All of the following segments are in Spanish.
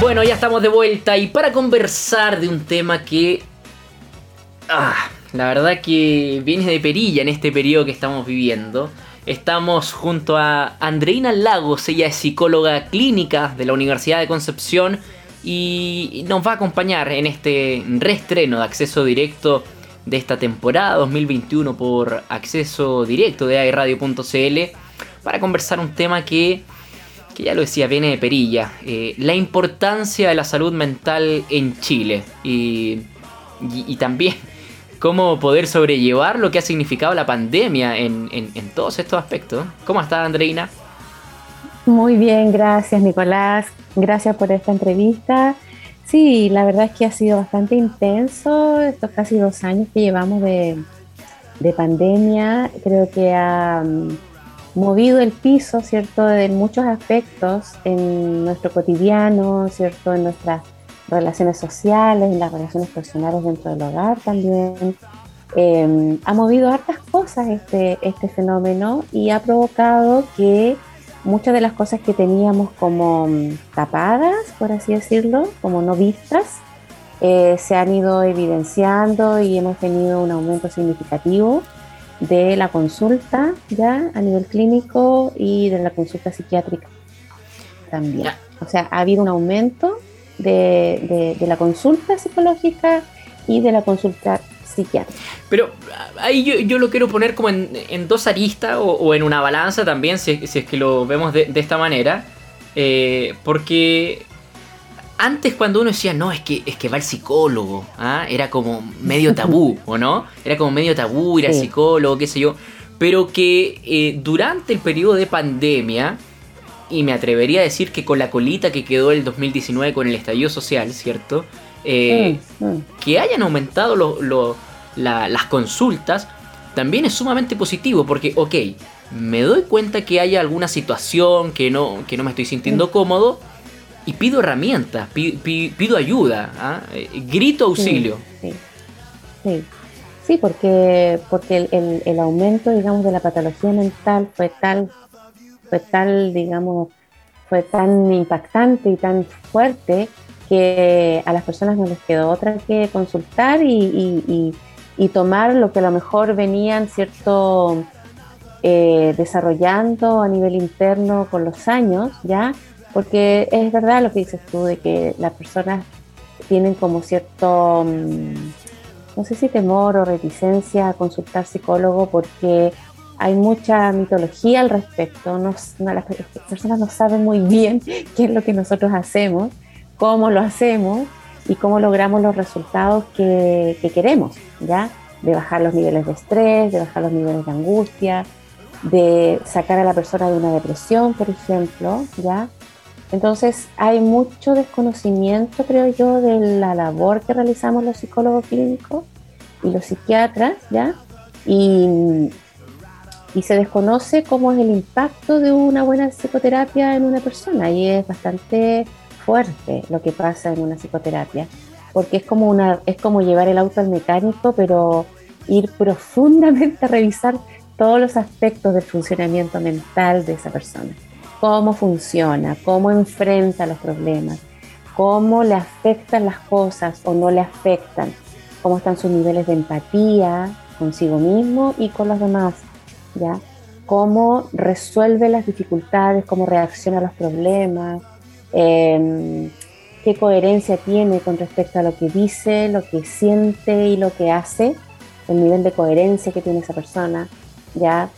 Bueno, ya estamos de vuelta y para conversar de un tema que... la verdad que viene de perilla en este periodo que estamos viviendo. Estamos junto a Andreina Lagos, ella es psicóloga clínica de la Universidad de Concepción y nos va a acompañar en este reestreno de Acceso Directo de esta temporada 2021 por Acceso Directo de airradio.cl para conversar un tema que ya lo decía, viene de perilla, la importancia de la salud mental en Chile y también cómo poder sobrellevar lo que ha significado la pandemia en todos estos aspectos. ¿Cómo estás, Andreina? Muy bien, gracias, Nicolás. Gracias por esta entrevista. Sí, la verdad es que ha sido bastante intenso estos casi 2 años que llevamos de pandemia. Creo que ha movido el piso, ¿cierto?, de muchos aspectos en nuestro cotidiano, ¿cierto?, en nuestras relaciones sociales, en las relaciones personales dentro del hogar también. Ha movido hartas cosas este fenómeno y ha provocado que muchas de las cosas que teníamos como tapadas, por así decirlo, como no vistas, se han ido evidenciando y hemos tenido un aumento significativo de la consulta ya a nivel clínico y de la consulta psiquiátrica también. O sea, ha habido un aumento de la consulta psicológica y de la consulta psiquiátrica. Pero ahí yo lo quiero poner como en dos aristas o en una balanza también, si es que lo vemos de esta manera, porque antes cuando uno decía, no, es que va al psicólogo, era como medio tabú, ¿o no? Era como medio tabú ir al psicólogo, qué sé yo, pero que durante el periodo de pandemia, y me atrevería a decir que con la colita que quedó el 2019 con el estallido social, ¿cierto? Que hayan aumentado las consultas también es sumamente positivo porque, ok, me doy cuenta que haya alguna situación que no me estoy sintiendo cómodo y pido herramientas, pido ayuda, grito auxilio. Sí, porque el aumento, digamos, de la patología mental fue tan impactante y tan fuerte que a las personas no les quedó otra que consultar y tomar lo que a lo mejor venían, ¿cierto?, desarrollando a nivel interno con los años, ¿ya? Porque es verdad lo que dices tú, de que las personas tienen como cierto, no sé si temor o reticencia a consultar psicólogo porque hay mucha mitología al respecto. Las personas no saben muy bien qué es lo que nosotros hacemos, cómo lo hacemos y cómo logramos los resultados que queremos, ¿ya? De bajar los niveles de estrés, de bajar los niveles de angustia, de sacar a la persona de una depresión, por ejemplo, ¿ya? Entonces hay mucho desconocimiento, creo yo, de la labor que realizamos los psicólogos clínicos y los psiquiatras, ¿ya? Y se desconoce cómo es el impacto de una buena psicoterapia en una persona y es bastante fuerte lo que pasa en una psicoterapia, porque es como llevar el auto al mecánico, pero ir profundamente a revisar todos los aspectos del funcionamiento mental de esa persona. Cómo funciona, cómo enfrenta los problemas, cómo le afectan las cosas o no le afectan, cómo están sus niveles de empatía consigo mismo y con los demás, ¿ya? Cómo resuelve las dificultades, cómo reacciona a los problemas, qué coherencia tiene con respecto a lo que dice, lo que siente y lo que hace, el nivel de coherencia que tiene esa persona, ¿ya?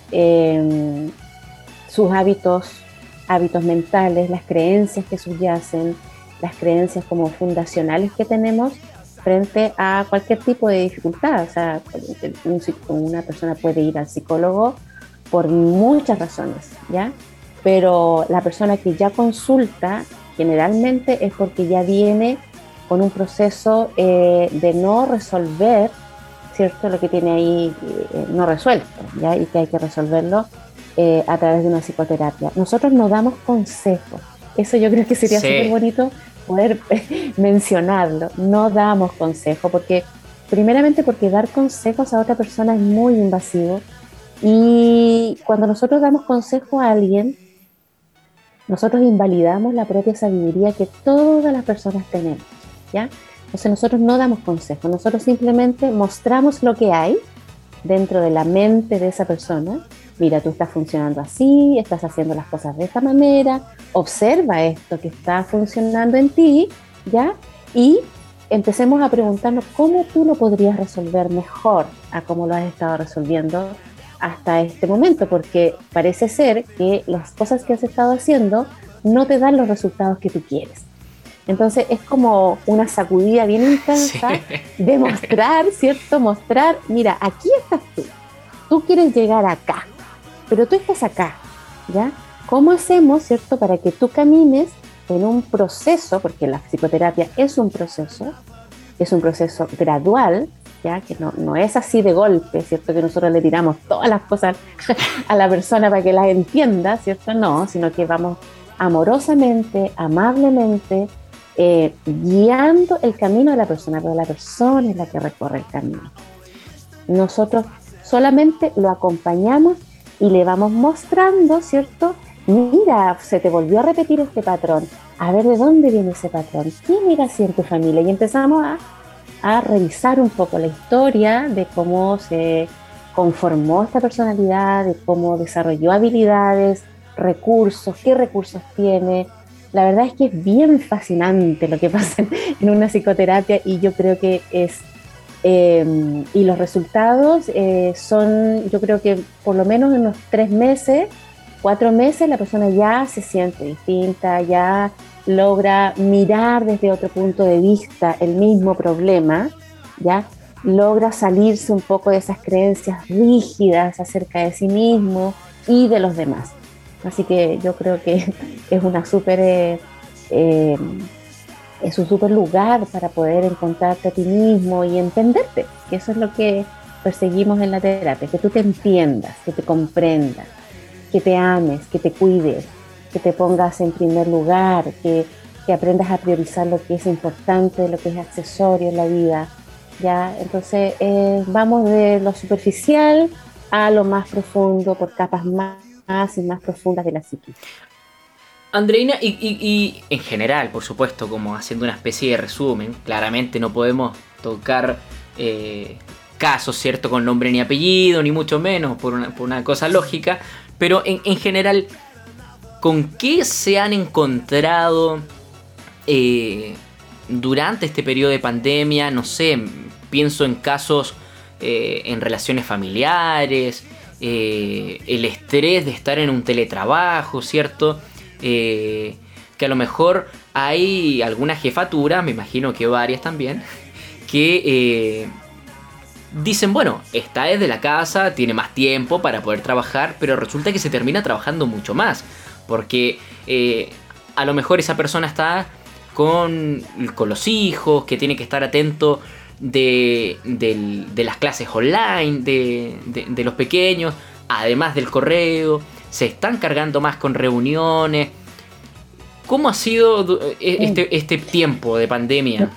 Sus hábitos mentales, las creencias que subyacen, las creencias como fundacionales que tenemos frente a cualquier tipo de dificultad. O sea, una persona puede ir al psicólogo por muchas razones, ¿ya? Pero la persona que ya consulta generalmente es porque ya viene con un proceso de no resolver, ¿cierto?, lo que tiene ahí no resuelto, ¿ya? Y que hay que resolverlo a través de una psicoterapia. Nosotros no damos consejos. Eso yo creo que sería súper bonito poder mencionarlo. No damos consejos primeramente porque dar consejos a otra persona es muy invasivo y cuando nosotros damos consejo a alguien nosotros invalidamos la propia sabiduría que todas las personas tenemos, ¿ya? Entonces nosotros no damos consejos, nosotros simplemente mostramos lo que hay dentro de la mente de esa persona. Mira, tú estás funcionando así, estás haciendo las cosas de esta manera, observa esto que está funcionando en ti, ¿ya? Y empecemos a preguntarnos cómo tú lo podrías resolver mejor a cómo lo has estado resolviendo hasta este momento, porque parece ser que las cosas que has estado haciendo no te dan los resultados que tú quieres. Entonces es como una sacudida bien intensa de mostrar, ¿cierto? Mostrar, mira, aquí estás tú quieres llegar acá, pero tú estás acá, ¿ya? ¿Cómo hacemos, ¿cierto? Para que tú camines en un proceso, porque la psicoterapia es un proceso gradual, ¿ya? Que no es así de golpe, ¿cierto? Que nosotros le tiramos todas las cosas a la persona para que las entienda, ¿cierto? No, sino que vamos amorosamente, amablemente, guiando el camino de la persona, pero la persona es la que recorre el camino. Nosotros solamente lo acompañamos y le vamos mostrando, ¿cierto? Mira, se te volvió a repetir este patrón. A ver de dónde viene ese patrón. ¿Quién era así en tu familia? Y empezamos a revisar un poco la historia de cómo se conformó esta personalidad, de cómo desarrolló habilidades, recursos, qué recursos tiene. La verdad es que es bien fascinante lo que pasa en una psicoterapia y yo creo que es, y los resultados son, yo creo que por lo menos en unos 3 meses, 4 meses, la persona ya se siente distinta, ya logra mirar desde otro punto de vista el mismo problema, ya logra salirse un poco de esas creencias rígidas acerca de sí mismo y de los demás. Así que yo creo que es una es un súper lugar para poder encontrarte a ti mismo y entenderte, que eso es lo que perseguimos en la terapia, que tú te entiendas, que te comprendas, que te ames, que te cuides, que te pongas en primer lugar, que aprendas a priorizar lo que es importante, lo que es accesorio en la vida, ¿ya? Entonces vamos de lo superficial a lo más profundo por capas más y más profundas de la psique. Andreina, y en general, por supuesto, como haciendo una especie de resumen, claramente no podemos tocar casos, ¿cierto?, con nombre ni apellido, ni mucho menos, por una cosa lógica, pero en general, ¿con qué se han encontrado durante este periodo de pandemia? No sé, pienso en casos en relaciones familiares, el estrés de estar en un teletrabajo, ¿cierto? Que a lo mejor hay alguna jefatura, me imagino que varias también, que dicen, bueno, está desde la casa, tiene más tiempo para poder trabajar, pero resulta que se termina trabajando mucho más, porque a lo mejor esa persona está con los hijos, que tiene que estar atento de las clases online, de los pequeños, además del correo, se están cargando más con reuniones. ¿Cómo ha sido este tiempo de pandemia?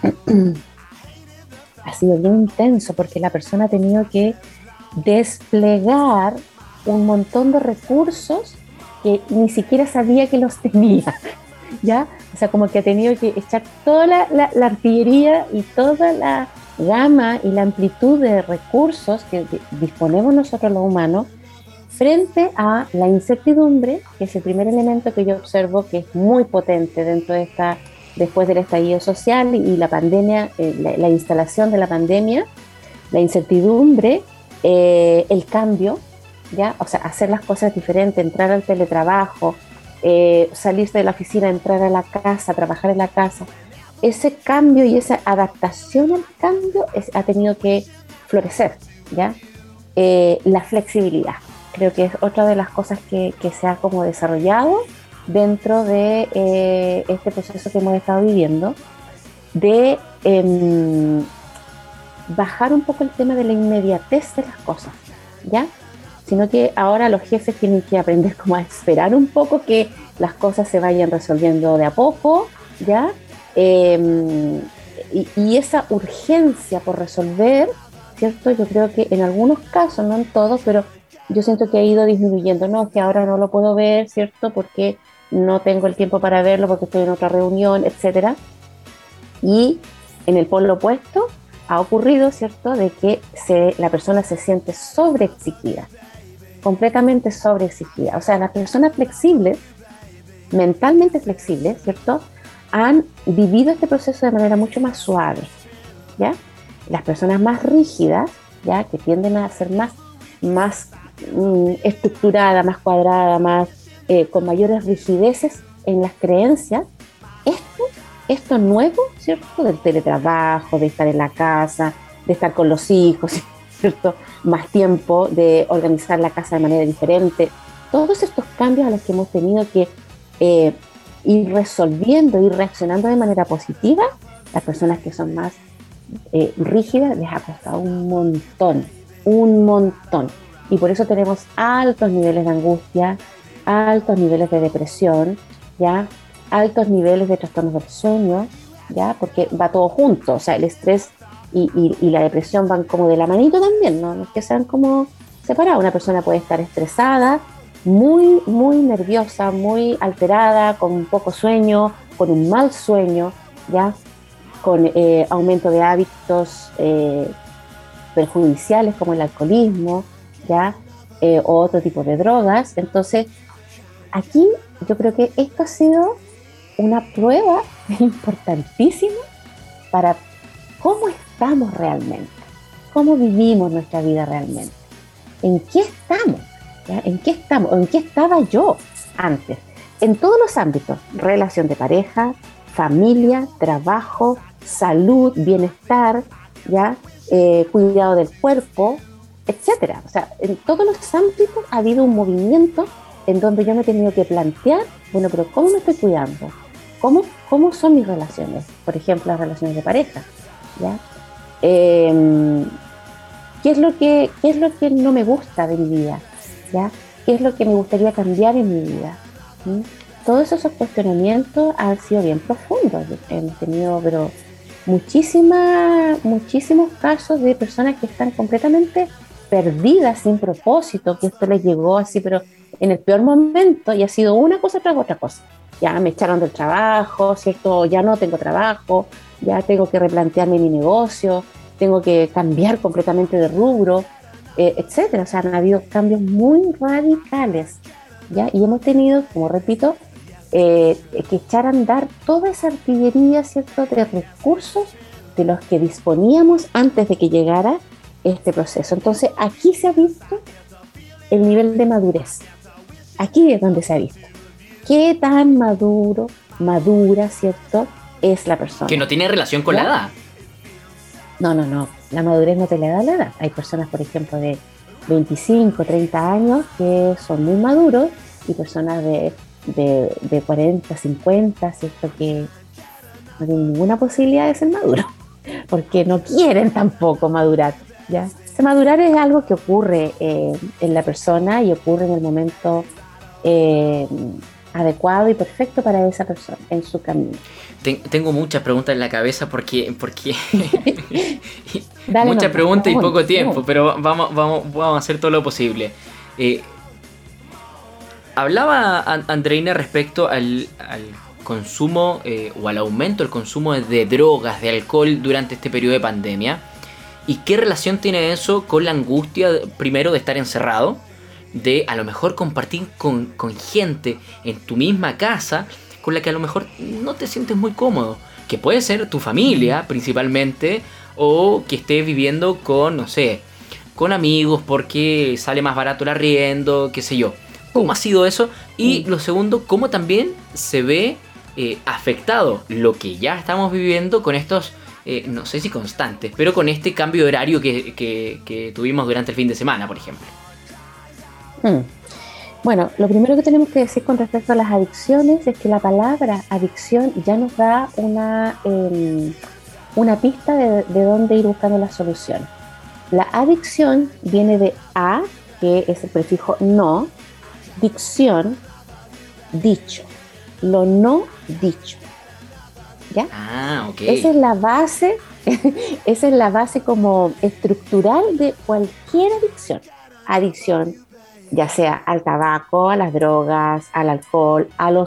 Ha sido bien intenso porque la persona ha tenido que desplegar un montón de recursos que ni siquiera sabía que los tenía, ¿ya? O sea, como que ha tenido que echar toda la artillería y toda la gama y la amplitud de recursos que disponemos nosotros los humanos frente a la incertidumbre, que es el primer elemento que yo observo que es muy potente dentro de después del estallido social y la pandemia, la instalación de la pandemia, la incertidumbre, el cambio, ¿ya? O sea, hacer las cosas diferentes, entrar al teletrabajo, salirse de la oficina, entrar a la casa, trabajar en la casa. Ese cambio y esa adaptación al cambio ha tenido que florecer, ¿ya? La flexibilidad, creo que es otra de las cosas que se ha como desarrollado dentro de este proceso que hemos estado viviendo, de bajar un poco el tema de la inmediatez de las cosas, ¿ya? Sino que ahora los jefes tienen que aprender como a esperar un poco que las cosas se vayan resolviendo de a poco, ¿ya? Y esa urgencia por resolver, ¿cierto? Yo creo que en algunos casos, no en todos, pero yo siento que ha ido disminuyendo, ¿no? Que ahora no lo puedo ver, ¿cierto? Porque no tengo el tiempo para verlo porque estoy en otra reunión, etcétera. Y en el polo opuesto ha ocurrido, ¿cierto?, de que la persona se siente sobreexigida, completamente sobreexigida. O sea, las personas flexibles, mentalmente flexibles, ¿cierto?, han vivido este proceso de manera mucho más suave, ¿ya? Las personas más rígidas, ¿ya?, que tienden a ser más estructurada, más cuadrada, con mayores rigideces en las creencias, esto nuevo, ¿cierto?, del teletrabajo, de estar en la casa, de estar con los hijos, ¿cierto?, más tiempo, de organizar la casa de manera diferente, todos estos cambios a los que hemos tenido que ir resolviendo, ir reaccionando de manera positiva, las personas que son más rígidas les ha costado un montón. Y por eso tenemos altos niveles de angustia, altos niveles de depresión, ¿ya?, altos niveles de trastornos del sueño, ¿ya?, porque va todo junto. O sea, el estrés y la depresión van como de la manito también, no es que sean como separados. Una persona puede estar estresada, muy, muy nerviosa, muy alterada, con un poco sueño, con un mal sueño, ¿ya?, con aumento de hábitos perjudiciales como el alcoholismo, ¿ya?, o otro tipo de drogas. Entonces, aquí yo creo que esto ha sido una prueba importantísima para cómo estamos realmente, cómo vivimos nuestra vida realmente, en qué estamos, ¿ya?, en qué estamos, o en qué estaba yo antes, en todos los ámbitos: relación de pareja, familia, trabajo, salud, bienestar, ¿ya?, cuidado del cuerpo, etcétera. O sea, en todos los ámbitos ha habido un movimiento en donde yo me he tenido que plantear, bueno, pero ¿cómo me estoy cuidando? ¿Cómo son mis relaciones? Por ejemplo, las relaciones de pareja, ¿ya? ¿Qué es lo que no me gusta de mi vida? ¿Ya? ¿Qué es lo que me gustaría cambiar en mi vida? Todos esos cuestionamientos han sido bien profundos. Hemos tenido, pero muchísimos casos de personas que están completamente perdidas, sin propósito, que esto les llegó así, pero en el peor momento, y ha sido una cosa tras otra cosa. Ya me echaron del trabajo, ¿cierto? Ya no tengo trabajo, ya tengo que replantearme mi negocio, tengo que cambiar completamente de rubro, etcétera. O sea, han habido cambios muy radicales, ¿ya? Y hemos tenido, como repito, que echar a andar toda esa artillería, ¿cierto?, de recursos de los que disponíamos antes de que llegara este proceso. Entonces, aquí se ha visto el nivel de madurez. Aquí es donde se ha visto qué tan madura, ¿cierto?, es la persona. Que no tiene relación con la edad. No. La madurez no te la da la edad. Hay personas, por ejemplo, de 25, 30 años que son muy maduros, y personas de 40, 50, ¿cierto?, que no tienen ninguna posibilidad de ser maduros, porque no quieren tampoco madurar, ¿ya? Madurar es algo que ocurre en la persona, y ocurre en el momento adecuado y perfecto para esa persona, en su camino. Tengo muchas preguntas en la cabeza porque Dale, muchas preguntas y poco tiempo, pero vamos a hacer todo lo posible. Hablaba Andreina respecto al consumo o al aumento del consumo de drogas, de alcohol durante este periodo de pandemia. ¿Y qué relación tiene eso con la angustia, primero, de estar encerrado, de a lo mejor compartir con gente en tu misma casa con la que a lo mejor no te sientes muy cómodo? Que puede ser tu familia principalmente, o que estés viviendo con, no sé, con amigos porque sale más barato el arriendo, qué sé yo. ¿Cómo ha sido eso? Y lo segundo, ¿cómo también se ve afectado lo que ya estamos viviendo con estos, no sé si constantes, pero con este cambio de horario que tuvimos durante el fin de semana, por ejemplo? Bueno, lo primero que tenemos que decir con respecto a las adicciones es que la palabra adicción ya nos da una pista de dónde ir buscando la solución. La adicción viene de a, que es el prefijo no, dicción, dicho, lo no dicho, ¿ya? Ok. Esa es la base como estructural de cualquier adicción. Adicción ya sea al tabaco, a las drogas, al alcohol,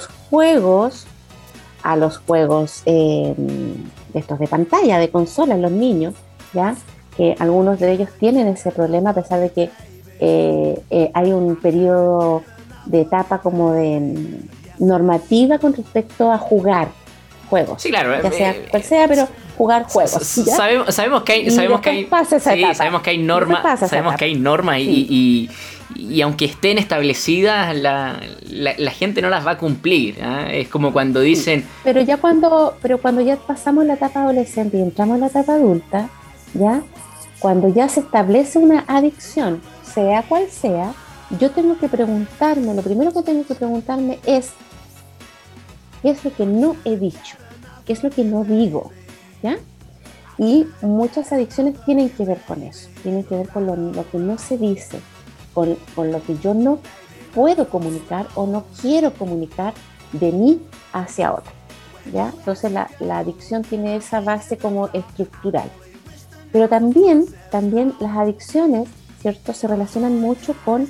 a los juegos estos de pantalla, de consola, los niños, ¿ya? Que algunos de ellos tienen ese problema a pesar de que hay un periodo de etapa como de normativa con respecto a jugar juegos. Sí, claro. Ya sea cual sea, pero jugar juegos. ¿Ya? Sabemos que hay sabemos que hay normas y aunque estén establecidas, la gente no las va a cumplir. ¿Eh? Es como cuando dicen... Sí, pero cuando ya pasamos la etapa adolescente y entramos en la etapa adulta, ¿ya? Cuando ya se establece una adicción, sea cual sea, yo tengo que preguntarme, lo primero que tengo que preguntarme es, ¿qué es lo que no he dicho? ¿Qué es lo que no digo? ¿Ya? Y muchas adicciones tienen que ver con eso, tienen que ver con lo que no se dice, con lo que yo no puedo comunicar o no quiero comunicar de mí hacia otro. ¿Ya? Entonces la adicción tiene esa base como estructural. Pero también las adicciones, ¿cierto?, se relacionan mucho con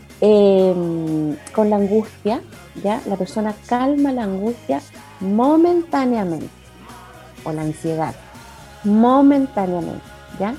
la angustia, ¿ya? La persona calma la angustia momentáneamente, o la ansiedad, momentáneamente, ¿ya?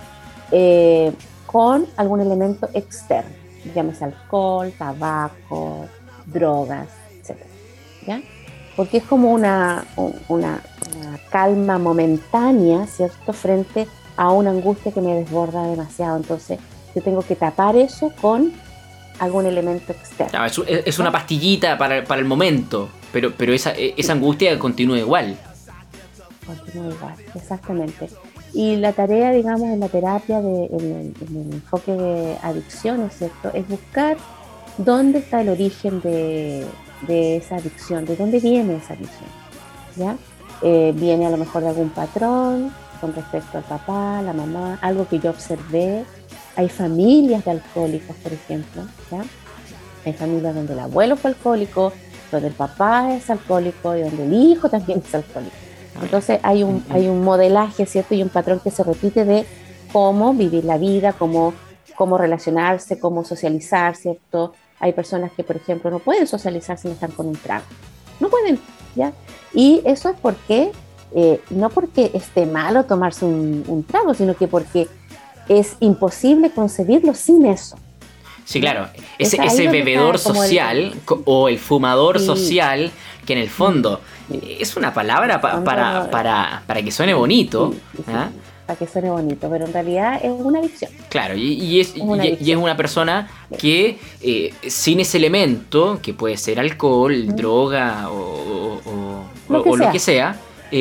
Con algún elemento externo, llámese alcohol, tabaco, drogas, etc. ¿Ya? Porque es como una calma momentánea, ¿cierto?, frente a una angustia que me desborda demasiado. Entonces yo tengo que tapar eso con algún elemento externo. No, es una pastillita para el momento, pero esa angustia continúa igual. Continúa igual, exactamente. Y la tarea, digamos, en la terapia, en el enfoque de adicciones, ¿cierto?, es buscar dónde está el origen de esa adicción, de dónde viene esa adicción, ¿ya? Viene a lo mejor de algún patrón con respecto al papá, la mamá, algo que yo observé. Hay familias de alcohólicos, por ejemplo, ¿ya? Hay familias donde el abuelo fue alcohólico, donde el papá es alcohólico y donde el hijo también es alcohólico. Entonces hay un modelaje, ¿cierto?, y un patrón que se repite de cómo vivir la vida, cómo relacionarse, cómo socializar, ¿cierto? Hay personas que, por ejemplo, no pueden socializar si no están con un trago. No pueden, ¿ya? Y eso es porque, no porque esté malo tomarse un trago, sino que porque es imposible concebirlo sin eso. Sí, claro. Ese bebedor social o el fumador social, que en el fondo es una palabra para que suene bonito. Sí. Para que suene bonito, pero en realidad es una adicción. Claro, y es una persona que sin ese elemento, que puede ser alcohol, droga o lo que sea,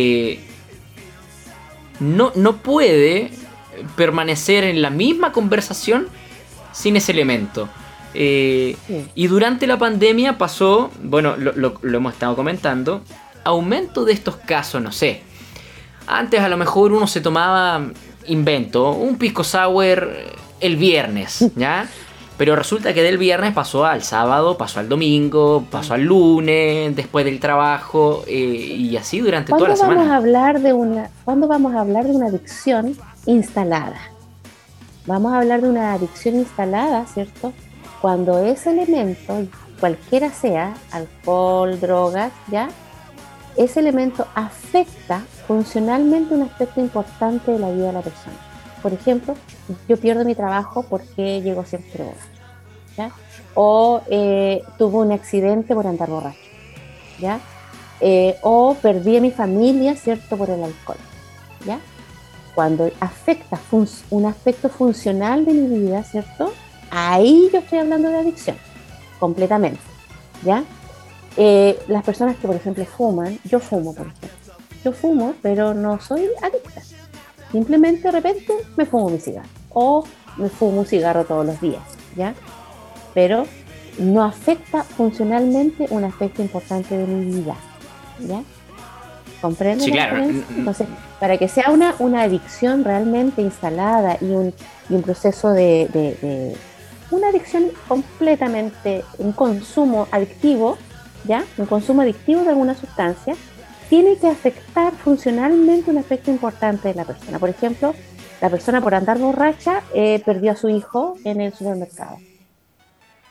no puede permanecer en la misma conversación sin ese elemento. Y durante la pandemia pasó, bueno, lo hemos estado comentando, aumento de estos casos, no sé. Antes a lo mejor uno se tomaba, invento, un pisco sour el viernes, ¿ya? Pero resulta que del viernes pasó al sábado, pasó al domingo, pasó al lunes, después del trabajo, y así durante toda la semana. ¿Cuándo vamos a hablar de una adicción instalada? Vamos a hablar de una adicción instalada, ¿cierto? Cuando ese elemento, cualquiera sea, alcohol, drogas, ¿ya? Ese elemento afecta funcionalmente un aspecto importante de la vida de la persona. Por ejemplo, yo pierdo mi trabajo porque llego siempre borracho, ¿ya? O tuve un accidente por andar borracho, ¿ya? O perdí a mi familia, ¿cierto?, por el alcohol, ¿ya? Cuando afecta un aspecto funcional de mi vida, ¿cierto?, ahí yo estoy hablando de adicción, completamente, ¿ya? Las personas que, por ejemplo, fuman, yo fumo, por ejemplo. Yo fumo, pero no soy adicta. Simplemente de repente me fumo mi cigarro. O me fumo un cigarro todos los días, ¿ya? Pero no afecta funcionalmente un aspecto importante de mi vida, ¿ya? ¿Comprenden? Sí, claro. Entonces, para que sea una adicción realmente instalada y un proceso de una adicción completamente, un consumo adictivo, ¿ya? Un consumo adictivo de alguna sustancia, tiene que afectar funcionalmente un aspecto importante de la persona. Por ejemplo, la persona por andar borracha perdió a su hijo en el supermercado.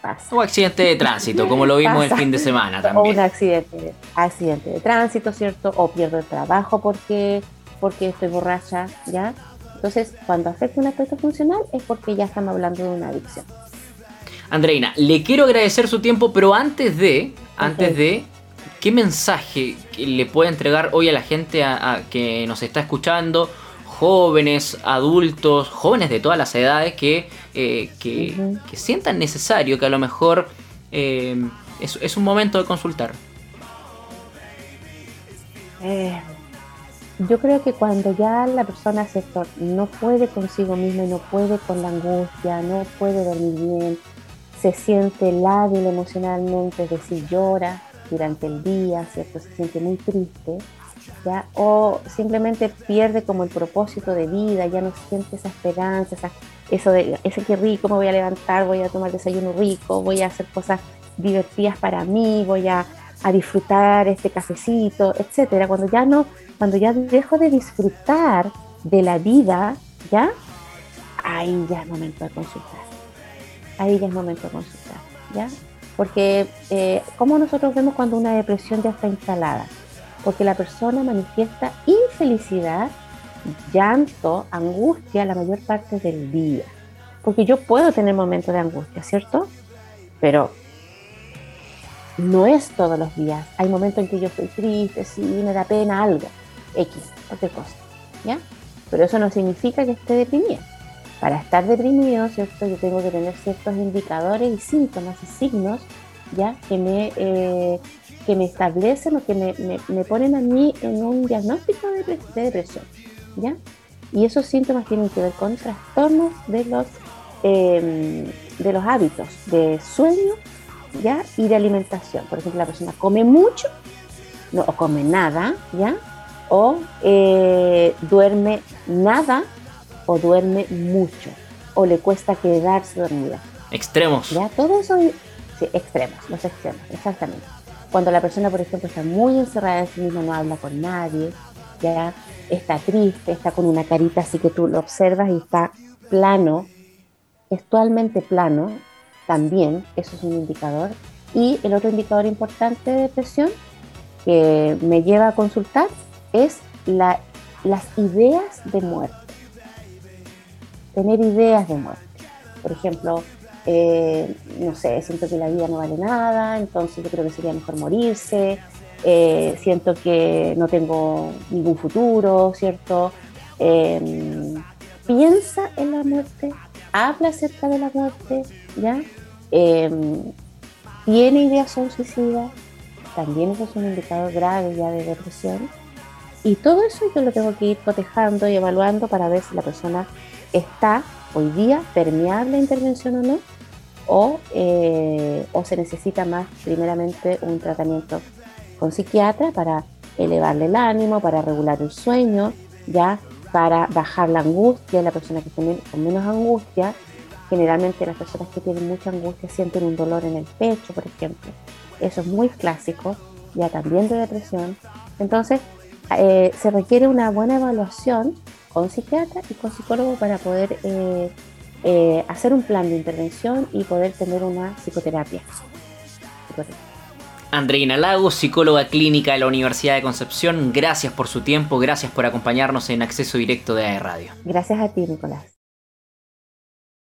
pasa. O accidente de tránsito, como lo vimos el Pasa. fin de semana O también. un accidente de tránsito, ¿cierto? O pierdo el trabajo porque estoy borracha, ¿ya? Entonces, cuando afecta un aspecto funcional es porque ya estamos hablando de una adicción. Andreina, le quiero agradecer su tiempo, pero antes de, ¿qué mensaje le puede entregar hoy a la gente a que nos está escuchando? Jóvenes, adultos, jóvenes de todas las edades que sientan necesario, que a lo mejor es un momento de consultar. Yo creo que cuando ya la persona ¿cierto? No puede consigo misma, no puede con la angustia, no puede dormir bien, se siente lábil emocionalmente, es decir, llora durante el día, ¿cierto? Se siente muy triste, ¿ya? O simplemente pierde como el propósito de vida, ya no siente esa esperanza, eso de ese que rico, me voy a levantar, voy a tomar desayuno rico, voy a hacer cosas divertidas para mí, voy a disfrutar este cafecito, etcétera. Cuando ya dejo de disfrutar de la vida, ¿ya? Ahí ya es momento de consultar. Ahí ya es momento de consultar, ¿ya? Porque, ¿cómo nosotros vemos cuando una depresión ya está instalada? Porque la persona manifiesta infelicidad, llanto, angustia la mayor parte del día. Porque yo puedo tener momentos de angustia, ¿cierto? Pero no es todos los días. Hay momentos en que yo estoy triste, sí, me da pena algo, X, cualquier cosa, ¿ya? Pero eso no significa que esté deprimida. Para estar deprimido, ¿cierto? Yo tengo que tener ciertos indicadores y síntomas y signos, ¿ya? Que me establecen o que me ponen a mí en un diagnóstico de depresión, ¿ya? Y esos síntomas tienen que ver con trastornos de los hábitos de sueño, ¿ya? Y de alimentación. Por ejemplo, la persona come mucho, no, o come nada, ¿ya? O duerme nada o duerme mucho, o le cuesta quedarse dormida. Extremos. ¿Ya? Todo eso, sí, extremos, los extremos, exactamente. Cuando la persona, por ejemplo, está muy encerrada en sí misma, no habla con nadie, ya está triste, está con una carita así que tú lo observas y está plano, gestualmente plano, también, eso es un indicador. Y el otro indicador importante de depresión que me lleva a consultar es las ideas de muerte. Tener ideas de muerte. Por ejemplo, no sé, siento que la vida no vale nada, entonces yo creo que sería mejor morirse, siento que no tengo ningún futuro, ¿cierto? Piensa en la muerte, habla acerca de la muerte, ¿ya? Tiene ideación suicida, también eso es un indicador grave ya de depresión. Y todo eso yo lo tengo que ir cotejando y evaluando para ver si la persona está hoy día permeable a intervención o no, o se necesita más primeramente un tratamiento con psiquiatra para elevarle el ánimo, para regular el sueño, ya para bajar la angustia. La persona que tiene con menos angustia, generalmente las personas que tienen mucha angustia sienten un dolor en el pecho, por ejemplo. Eso es muy clásico, ya también de depresión. Entonces, se requiere una buena evaluación con psiquiatra y con psicólogo para poder hacer un plan de intervención y poder tener una psicoterapia. Andreina Lagos, psicóloga clínica de la Universidad de Concepción, gracias por su tiempo, gracias por acompañarnos en Acceso Directo de AE Radio. Gracias a ti, Nicolás.